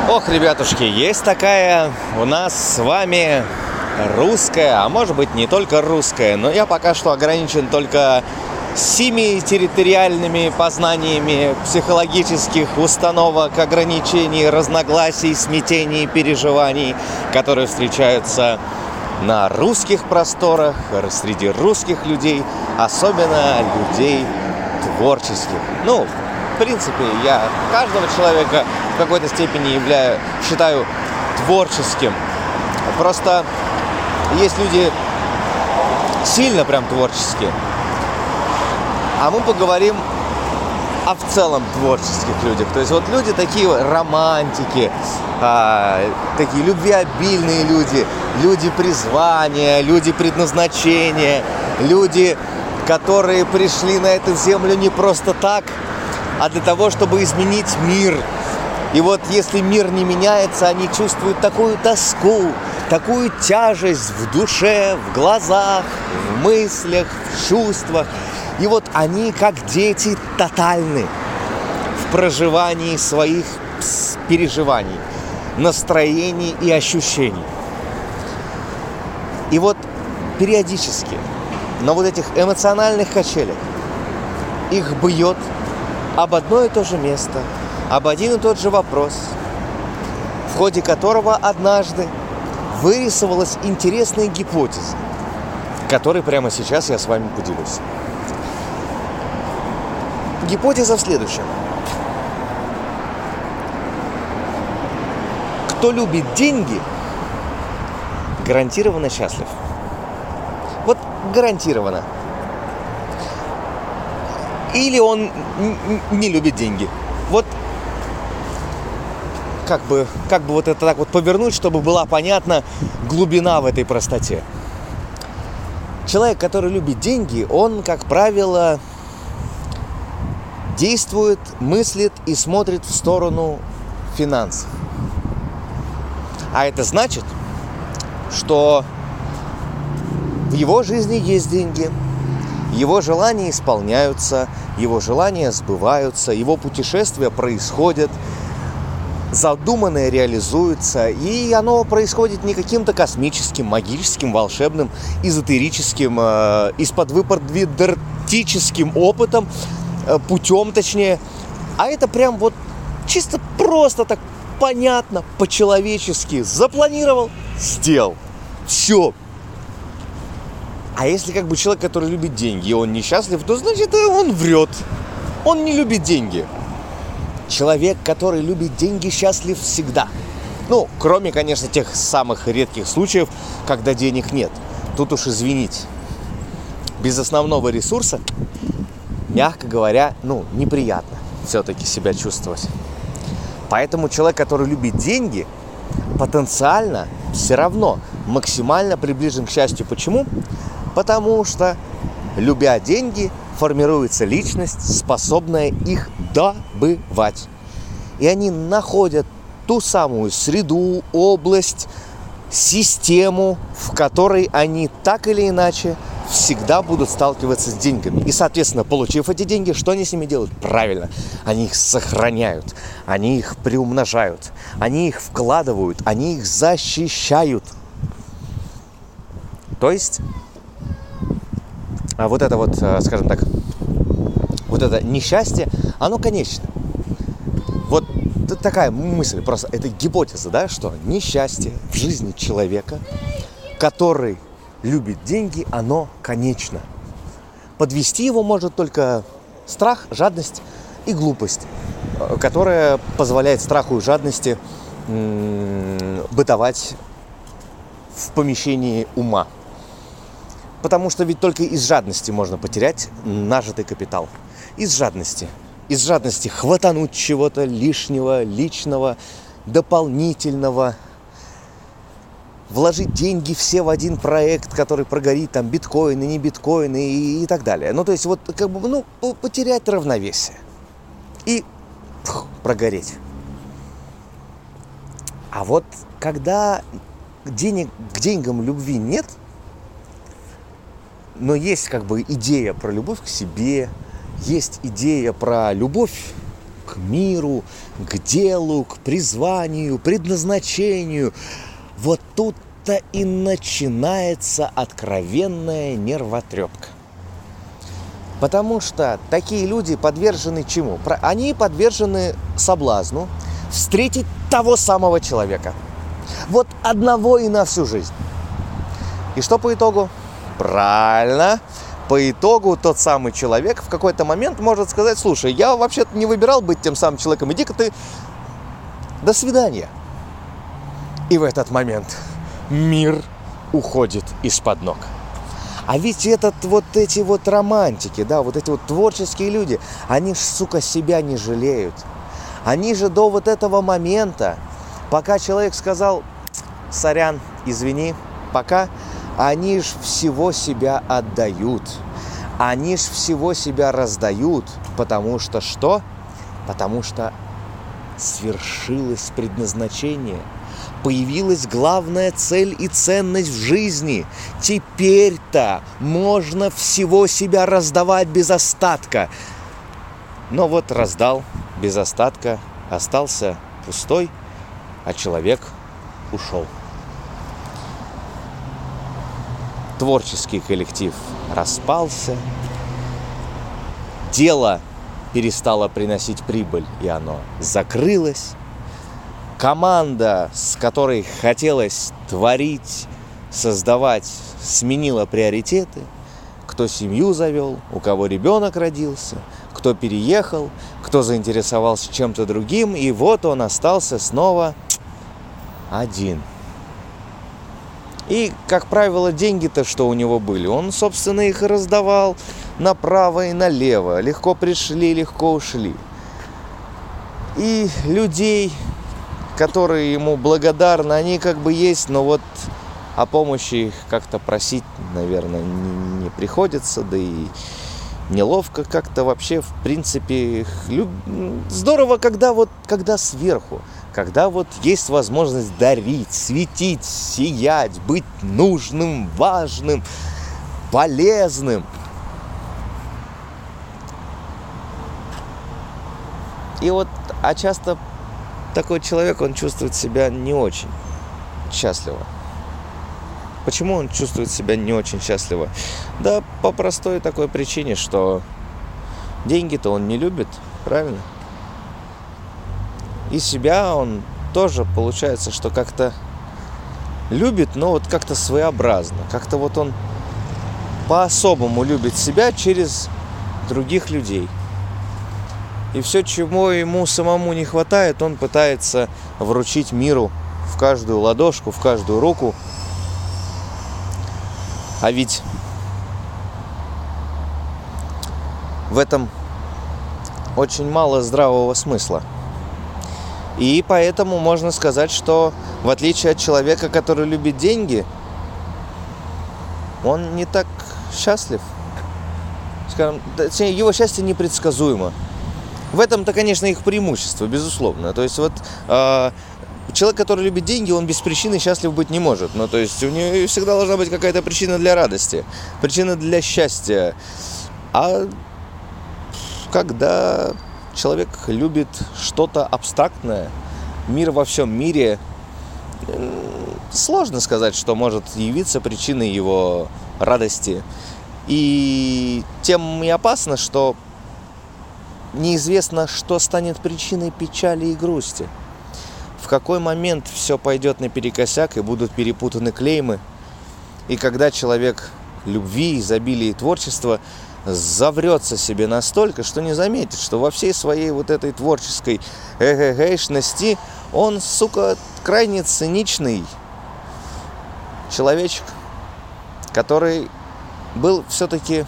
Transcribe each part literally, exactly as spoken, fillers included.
Ох, ребятушки, есть такая у нас с вами русская, а может быть не только русская, но я пока что ограничен только семи территориальными познаниями психологических установок, ограничений, разногласий, смятений, переживаний, которые встречаются на русских просторах, среди русских людей, особенно людей творческих. Ну, в принципе, я каждого человека в какой-то степени являю, считаю творческим. Просто есть люди сильно прям творческие. А мы поговорим о в целом творческих людях. То есть вот люди такие романтики, а, такие любвеобильные люди, люди призвания, люди предназначения, люди, которые пришли на эту землю не просто так, а для того, чтобы изменить мир. И вот если мир не меняется, они чувствуют такую тоску, такую тяжесть в душе, в глазах, в мыслях, в чувствах. И вот они, как дети, тотальны в проживании своих переживаний, настроений и ощущений. И вот периодически на вот этих эмоциональных качелях их бьет об одно и то же место, об один и тот же вопрос, в ходе которого однажды вырисовалась интересная гипотеза, которой прямо сейчас я с вами поделюсь. Гипотеза в следующем. Кто любит деньги, гарантированно счастлив. Вот гарантированно. Или он не любит деньги. Вот как бы, как бы вот это так вот повернуть, чтобы была понятна глубина в этой простоте. Человек, который любит деньги, он, как правило, действует, мыслит и смотрит в сторону финансов. А это значит, что в его жизни есть деньги, его желания исполняются, его желания сбываются, его путешествия происходят, задуманное реализуется, и оно происходит не каким-то космическим, магическим, волшебным, эзотерическим, э, исподвыподвидертическим опытом, э, путем точнее, а это прям вот чисто просто так понятно, по-человечески запланировал, сделал, все. А если как бы человек, который любит деньги, и он несчастлив, то значит он врет. Он не любит деньги. Человек, который любит деньги, счастлив всегда. Ну, кроме, конечно, тех самых редких случаев, когда денег нет. Тут уж извините. Без основного ресурса, мягко говоря, ну, неприятно все-таки себя чувствовать. Поэтому человек, который любит деньги, потенциально все равно максимально приближен к счастью. Почему? Потому что, любя деньги, формируется личность, способная их добывать. И они находят ту самую среду, область, систему, в которой они так или иначе всегда будут сталкиваться с деньгами. И, соответственно, получив эти деньги, что они с ними делают? Правильно. Они их сохраняют, они их приумножают, они их вкладывают, они их защищают. То есть, вот это вот, скажем так, вот это несчастье, оно конечно. Вот такая мысль, просто это гипотеза, да, что несчастье в жизни человека, который любит деньги, оно конечно. Подвести его может только страх, жадность и глупость, которая позволяет страху и жадности м- бытовать в помещении ума. Потому что ведь только из жадности можно потерять нажитый капитал. Из жадности. Из жадности хватануть чего-то лишнего, личного, дополнительного. Вложить деньги все в один проект, который прогорит, там, биткоины, не биткоины и, и так далее. Ну, то есть, вот, как бы, ну, потерять равновесие. И пух, прогореть. А вот, когда денег, к деньгам любви нет, но есть как бы идея про любовь к себе, есть идея про любовь к миру, к делу, к призванию, предназначению, вот тут-то и начинается откровенная нервотрепка. Потому что такие люди подвержены чему? Они подвержены соблазну встретить того самого человека. Вот одного и на всю жизнь. И что по итогу? Правильно. По итогу тот самый человек в какой-то момент может сказать: слушай, я вообще-то не выбирал быть тем самым человеком, иди-ка ты, до свидания. И в этот момент мир уходит из-под ног. А ведь этот, вот эти вот романтики, да, вот эти вот творческие люди, они ж, сука, себя не жалеют. Они же до вот этого момента, пока человек сказал: сорян, извини, пока, они ж всего себя отдают. Они ж всего себя раздают, потому что что? Потому что свершилось предназначение. Появилась главная цель и ценность в жизни. Теперь-то можно всего себя раздавать без остатка. Но вот раздал без остатка, остался пустой, а человек ушел. Творческий коллектив распался. Дело перестало приносить прибыль, и оно закрылось. Команда, с которой хотелось творить, создавать, сменила приоритеты. Кто семью завел, у кого ребенок родился, кто переехал, кто заинтересовался чем-то другим. И вот он остался снова один. И, как правило, деньги-то, что у него были, он, собственно, их раздавал направо и налево. Легко пришли, легко ушли. И людей, которые ему благодарны, они как бы есть, но вот о помощи их как-то просить, наверное, не, не приходится, да и неловко как-то вообще, в принципе. Люб... Здорово, когда вот, когда сверху, когда вот есть возможность дарить, светить, сиять, быть нужным, важным, полезным. И вот, а часто такой человек, он чувствует себя не очень счастливо. Почему он чувствует себя не очень счастливо? Да по простой такой причине, что деньги-то он не любит, правильно? И себя он тоже, получается, что как-то любит, но вот как-то своеобразно. Как-то вот он по-особому любит себя через других людей. И все, чего ему самому не хватает, он пытается вручить миру в каждую ладошку, в каждую руку. А ведь в этом очень мало здравого смысла. И поэтому можно сказать, что в отличие от человека, который любит деньги, он не так счастлив. Скажем, его счастье непредсказуемо. В этом-то, конечно, их преимущество, безусловно. То есть вот э, человек, который любит деньги, он без причины счастлив быть не может. Ну, то есть у него всегда должна быть какая-то причина для радости, причина для счастья. А когда человек любит что-то абстрактное, мир во всем мире, сложно сказать, что может явиться причиной его радости. И тем и опасно, что неизвестно, что станет причиной печали и грусти. В какой момент все пойдет наперекосяк и будут перепутаны клеймы. И когда человек любви, изобилия и творчества заврется себе настолько, что не заметит, что во всей своей вот этой творческой эгэгэшности он, сука, крайне циничный человечек, который был все-таки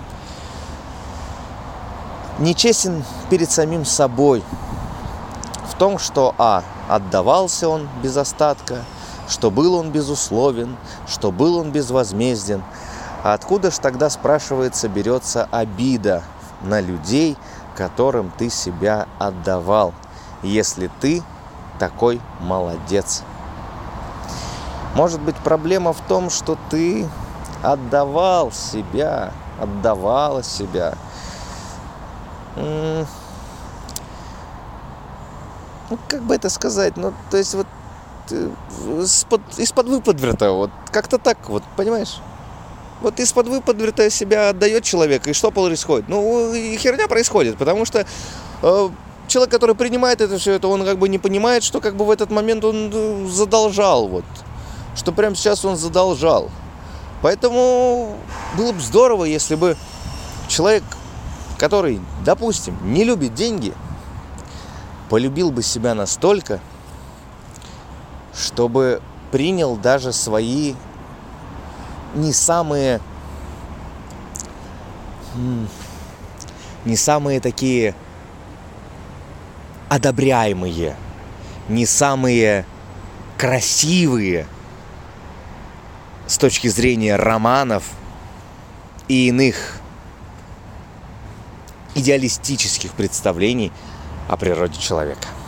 нечестен перед самим собой в том, что а. отдавался он без остатка, что был он безусловен, что был он безвозмезден. А откуда ж тогда, спрашивается, берется обида на людей, которым ты себя отдавал, если ты такой молодец? Может быть, проблема в том, что ты отдавал себя, отдавала себя ну, как бы это сказать, ну, то есть вот из-под, из-под выподверта, вот как-то так, вот, понимаешь? Вот из-под выподверта себя отдает человек, и что происходит? Ну, и херня происходит, потому что э, человек, который принимает это все, это он как бы не понимает, что как бы в этот момент он задолжал, вот, что прямо сейчас он задолжал. Поэтому было бы здорово, если бы человек, который, допустим, не любит деньги, полюбил бы себя настолько, чтобы принял даже свои не самые, не самые такие одобряемые, не самые красивые с точки зрения романов и иных идеалистических представлений о природе человека.